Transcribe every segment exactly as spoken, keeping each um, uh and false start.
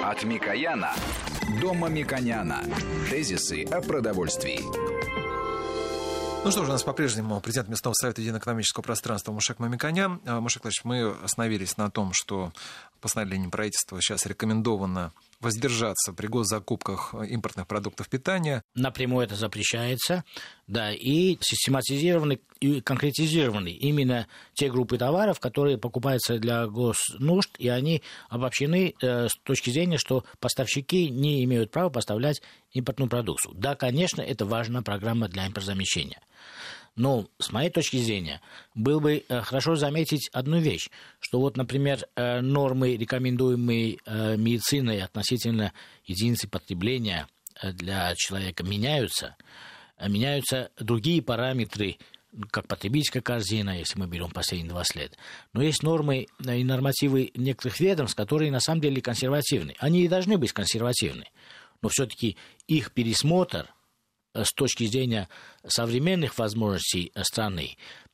От Микояна до Мамиконяна. Тезисы о продовольствии. Ну что ж, у нас по-прежнему президент Местного совета единого экономического пространства Мушек Мамиконян. Мушек Владимирович, мы остановились на том, что постановлением правительства сейчас рекомендовано воздержаться при госзакупках импортных продуктов питания. Напрямую это запрещается, да, и систематизированы и конкретизированы именно те группы товаров, которые покупаются для госнужд, и они обобщены э, с точки зрения, что поставщики не имеют права поставлять импортную продукцию. Да, конечно, это важная программа для импортозамещения. Но, с моей точки зрения, было бы хорошо заметить одну вещь, что вот, например, нормы, рекомендуемые медициной относительно единицы потребления для человека меняются, меняются другие параметры, как потребительская корзина, если мы берем последние двадцать лет. Но есть нормы и нормативы некоторых ведомств, которые на самом деле консервативны. Они и должны быть консервативны, но все-таки их пересмотр с точки зрения современных возможностей страны,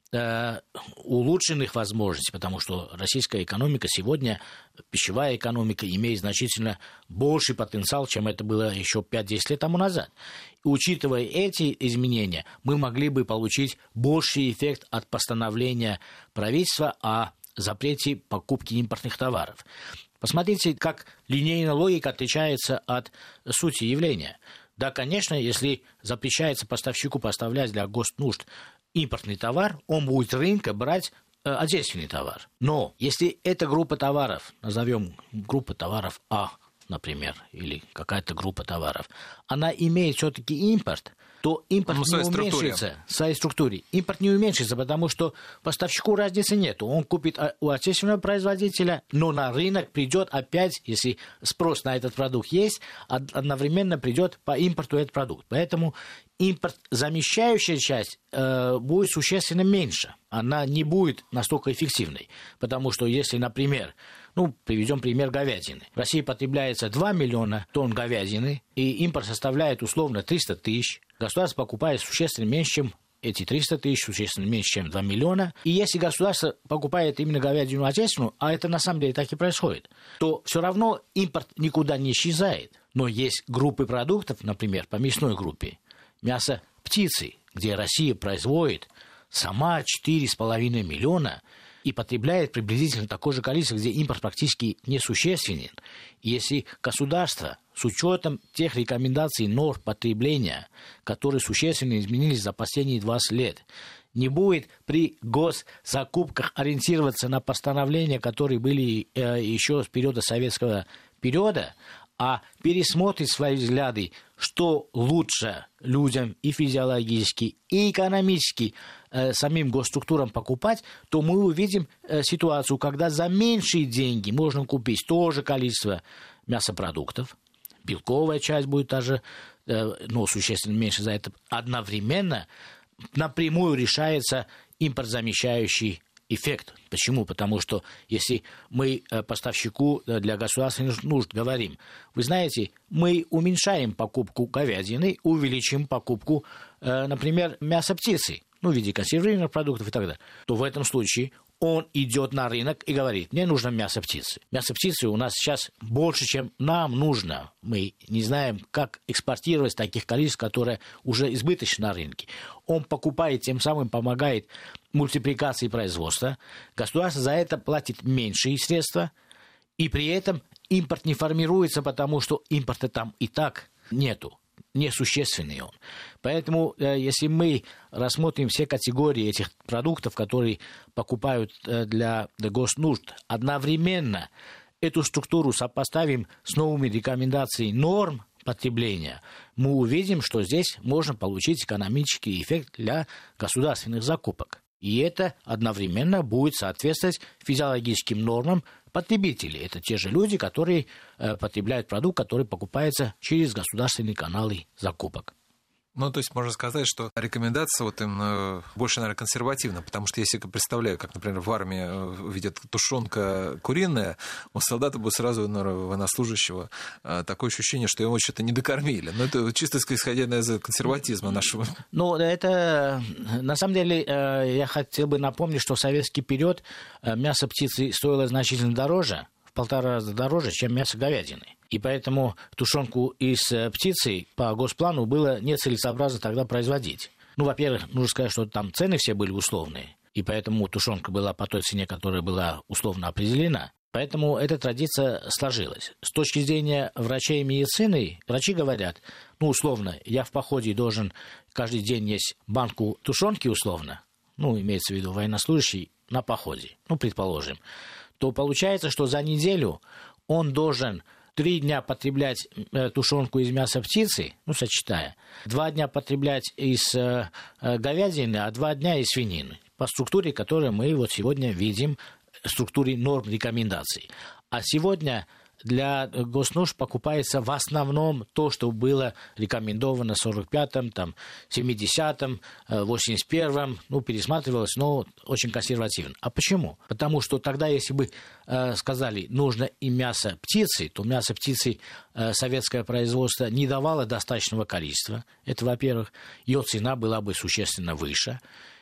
э, улучшенных возможностей, потому что российская экономика сегодня, пищевая экономика, имеет значительно больший потенциал, чем это было еще пять-десять лет тому назад. И, учитывая эти изменения, мы могли бы получить больший эффект от постановления правительства о запрете покупки импортных товаров. Посмотрите, как линейная логика отличается от сути явления. Да, конечно, если запрещается поставщику поставлять для госнужд импортный товар, он будет с рынка брать э, отечественный товар. Но если эта группа товаров, назовем группа товаров А, например, или какая-то группа товаров, она имеет все-таки импорт, то импорт ну, не уменьшится в своей структуре. Импорт не уменьшится, потому что поставщику разницы нет. Он купит у отечественного производителя, но на рынок придет опять, если спрос на этот продукт есть, одновременно придет по импорту этот продукт. Поэтому импорт замещающая часть э, будет существенно меньше. Она не будет настолько эффективной. Потому что если, например, ну, приведем пример говядины. В России потребляется два миллиона тонн говядины, и импорт составляет условно триста тысяч. Государство покупает существенно меньше, чем эти триста тысяч, существенно меньше, чем два миллиона. И если государство покупает именно говядину отечественную, а это на самом деле так и происходит, то все равно импорт никуда не исчезает. Но есть группы продуктов, например, по мясной группе, мясо птицы, где Россия производит сама четыре с половиной миллиона и потребляет приблизительно такое же количество, где импорт практически несущественен. Если государство с учетом тех рекомендаций норм потребления, которые существенно изменились за последние двадцать лет, не будет при госзакупках ориентироваться на постановления, которые были э, еще с периода советского периода, а пересмотрит свои взгляды, что лучше людям и физиологически, и экономически э, самим госструктурам покупать, то мы увидим э, ситуацию, когда за меньшие деньги можно купить то же количество мясопродуктов, белковая часть будет даже, э, но существенно меньше за это, одновременно напрямую решается импортзамещающий эффект. Почему? Потому что если мы поставщику для государственных нужд говорим, вы знаете, мы уменьшаем покупку говядины, увеличим покупку, например, мяса птицы, ну, в виде консервированных продуктов и так далее, то в этом случае он идет на рынок и говорит, мне нужно мясо птицы. Мясо птицы у нас сейчас больше, чем нам нужно. Мы не знаем, как экспортировать таких количеств, которые уже избыточны на рынке. Он покупает, тем самым помогает мультипликации производства. Государство за это платит меньшие средства, и при этом импорт не формируется, потому что импорта там и так нету. Несущественный он. Поэтому, если мы рассмотрим все категории этих продуктов, которые покупают для госнужд, одновременно эту структуру сопоставим с новыми рекомендациями норм потребления, мы увидим, что здесь можно получить экономический эффект для государственных закупок. И это одновременно будет соответствовать физиологическим нормам потребителей. Это те же люди, которые э, потребляют продукт, который покупается через государственные каналы закупок. Ну, то есть можно сказать, что рекомендация вот им больше, наверное, консервативна, потому что если я представляю, как, например, в армии видят тушенка куриная, у солдата будет сразу, наверное, военнослужащего такое ощущение, что его что-то не докормили. Но это чисто исходя из консерватизма нашего. Ну, это, на самом деле, я хотел бы напомнить, что в советский период мясо птицы стоило значительно дороже полтора раза дороже, чем мясо говядины. И поэтому тушенку из птицы по госплану было нецелесообразно тогда производить. Ну, во-первых, нужно сказать, что там цены все были условные, и поэтому тушенка была по той цене, которая была условно определена. Поэтому эта традиция сложилась. С точки зрения врачей и медицины, врачи говорят, ну, условно, я в походе должен каждый день есть банку тушенки, условно, ну, имеется в виду военнослужащий, на походе, ну, предположим, то получается, что за неделю он должен три дня потреблять э, тушенку из мяса птицы, ну, сочетая, два дня потреблять из э, э, говядины, а два дня из свинины, по структуре, которую мы вот сегодня видим, структуре норм рекомендаций. А сегодня для госнужд покупается в основном то, что было рекомендовано в сорок пятом, там, семидесятом, восемьдесят первом, ну, пересматривалось, но очень консервативно. А почему? Потому что тогда, если бы э, сказали, нужно и мясо птицы, то мясо птицы э, советское производство не давало достаточного количества. Это, во-первых, ее цена была бы существенно выше.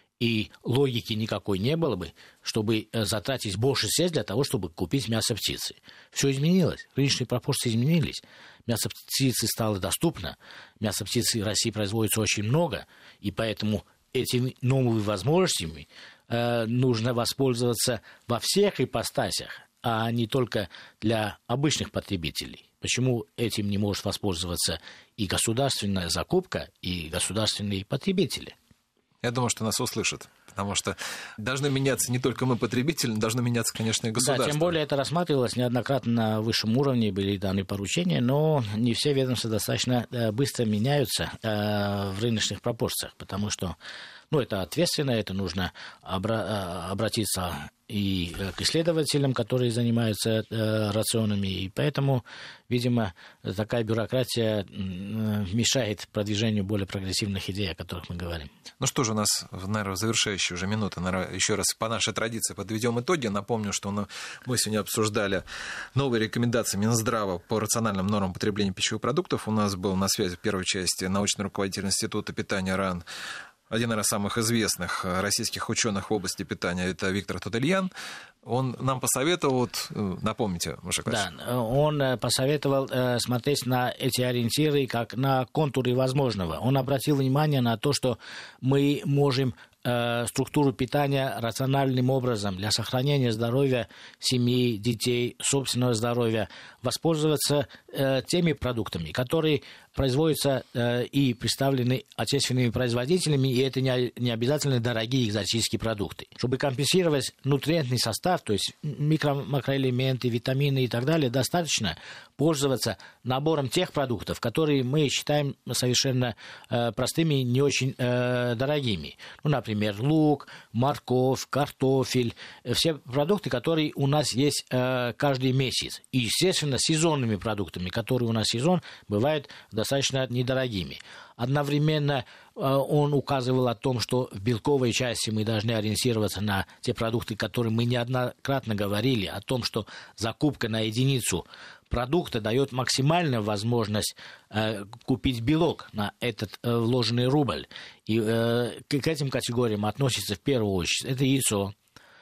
И логики никакой не было бы, чтобы затратить больше средств для того, чтобы купить мясо птицы. Все изменилось, рыночные пропорции изменились. Мясо птицы стало доступно, мясо птицы в России производится очень много, и поэтому этими новыми возможностями э, нужно воспользоваться во всех ипостасях, а не только для обычных потребителей. Почему этим не может воспользоваться и государственная закупка, и государственные потребители? Я думаю, что нас услышат, потому что должны меняться не только мы, потребители, должны меняться, конечно, и государство. Да, тем более это рассматривалось неоднократно на высшем уровне, были даны поручения, но не все ведомства достаточно быстро меняются в рыночных пропорциях, потому что, ну, это ответственно, это нужно обра- обратиться и к исследователям, которые занимаются э, рационами, и поэтому, видимо, такая бюрократия э, мешает продвижению более прогрессивных идей, о которых мы говорим. Ну что же, у нас, наверное, завершающая уже минута. Наверное, еще раз по нашей традиции подведем итоги. Напомню, что мы сегодня обсуждали новые рекомендации Минздрава по рациональным нормам потребления пищевых продуктов. У нас был на связи в первой части научный руководитель Института питания РАН, один из самых известных российских ученых в области питания, это Виктор Тутельян. Он нам посоветовал, вот, напомните, Маша Клавич. Да, он посоветовал э, смотреть на эти ориентиры как на контуры возможного. Он обратил внимание на то, что мы можем э, структуру питания рациональным образом для сохранения здоровья семьи, детей, собственного здоровья воспользоваться э, теми продуктами, которые производятся э, и представлены отечественными производителями, и это не, не обязательно дорогие экзотические продукты. Чтобы компенсировать нутриентный состав, то есть микро- макроэлементы, витамины и так далее, достаточно пользоваться набором тех продуктов, которые мы считаем совершенно э, простыми, не очень э, дорогими. Ну, например, лук, морковь, картофель, все продукты, которые у нас есть э, каждый месяц. И, естественно, сезонными продуктами, которые у нас сезон, бывают достаточно недорогими. Одновременно э, он указывал о том, что в белковой части мы должны ориентироваться на те продукты, которые мы неоднократно говорили, о том, что закупка на единицу продукта дает максимальную возможность э, купить белок на этот э, вложенный рубль. И э, к, к этим категориям относится в первую очередь это яйцо,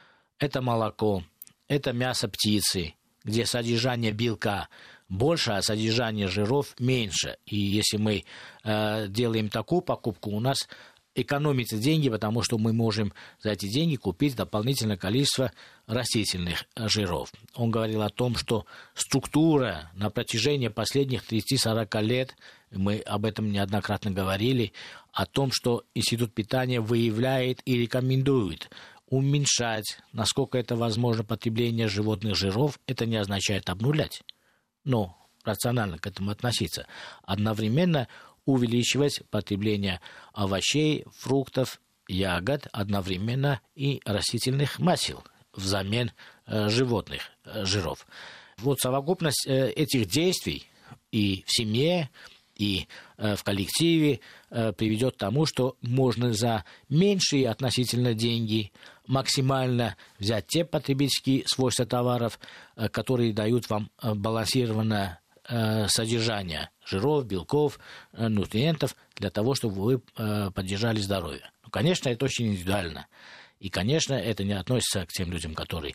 это молоко, это мясо птицы, где содержание белка больше, а содержание жиров меньше. И если мы э, делаем такую покупку, у нас экономятся деньги, потому что мы можем за эти деньги купить дополнительное количество растительных жиров. Он говорил о том, что структура на протяжении последних тридцати-сорока лет, мы об этом неоднократно говорили, о том, что Институт питания выявляет и рекомендует уменьшать, насколько это возможно, потребление животных жиров. Это не означает обнулять, но рационально к этому относиться. Одновременно увеличивать потребление овощей, фруктов, ягод, одновременно и растительных масел взамен э, животных э, жиров. Вот совокупность э, этих действий и в семье, и э, в коллективе э, приведет к тому, что можно за меньшие относительно деньги максимально взять те потребительские свойства товаров, э, которые дают вам э, балансированное э, содержание жиров, белков, э, нутриентов для того, чтобы вы э, поддержали здоровье. Ну, конечно, это очень индивидуально. И, конечно, это не относится к тем людям, которые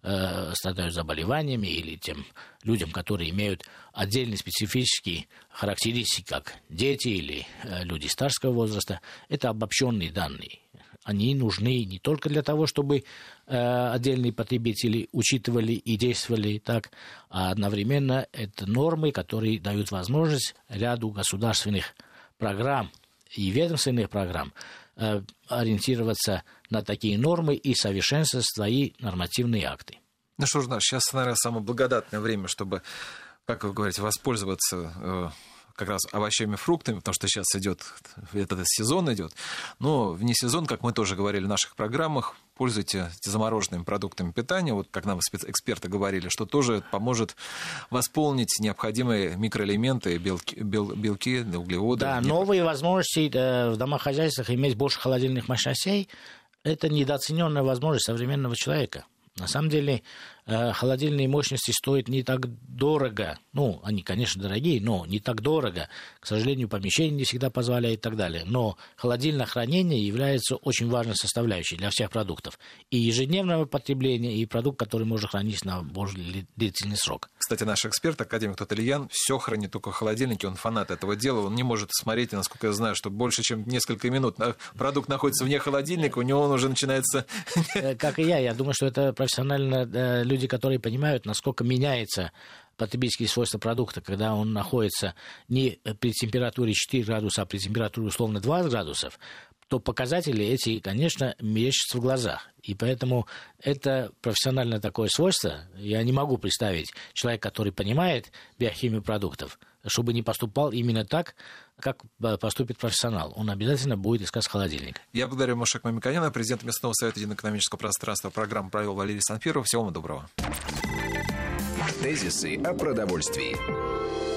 э, страдают заболеваниями, или тем людям, которые имеют отдельные специфические характеристики, как дети или э, люди старшего возраста. Это обобщенные данные. Они нужны не только для того, чтобы э, отдельные потребители учитывали и действовали так, а одновременно это нормы, которые дают возможность ряду государственных программ и ведомственных программ э, ориентироваться на такие нормы и совершенствовать свои нормативные акты. Ну что ж, сейчас, наверное, самое благодатное время, чтобы, как вы говорите, воспользоваться э, как раз овощами и фруктами, потому что сейчас идет, этот сезон идет. Но вне сезон, как мы тоже говорили в наших программах, пользуйтесь замороженными продуктами питания, вот как нам эксперты говорили, что тоже поможет восполнить необходимые микроэлементы, белки, бел, белки, углеводы. Да, новые возможности в домохозяйствах иметь больше холодильных мощностей – это недооцененная возможность современного человека. На самом деле холодильные мощности стоят не так дорого. Ну, они, конечно, дорогие, но не так дорого. К сожалению, помещение не всегда позволяет и так далее. Но холодильное хранение является очень важной составляющей для всех продуктов. И ежедневного потребления, и продукт, который можно хранить на более длительный срок. Кстати, наш эксперт, академик Татальян, все хранит только в холодильнике. Он фанат этого дела. Он не может смотреть, насколько я знаю, что больше, чем несколько минут продукт находится вне холодильника, у него он уже начинается... Как и я. Я думаю, что это профессионально люди, которые понимают, насколько меняется потребительские свойства продукта, когда он находится не при температуре четыре градуса, а при температуре условно двадцать градусов, то показатели эти, конечно, мерещатся в глазах. И поэтому это профессиональное такое свойство. Я не могу представить человека, который понимает биохимию продуктов, чтобы не поступал именно так, как поступит профессионал. Он обязательно будет искать холодильник. Я благодарю Мушек Мамиканяна, президента Местного совета единоэкономического пространства. Программу провел Валерий Санфиров. Всего вам доброго. Тезисы о продовольствии.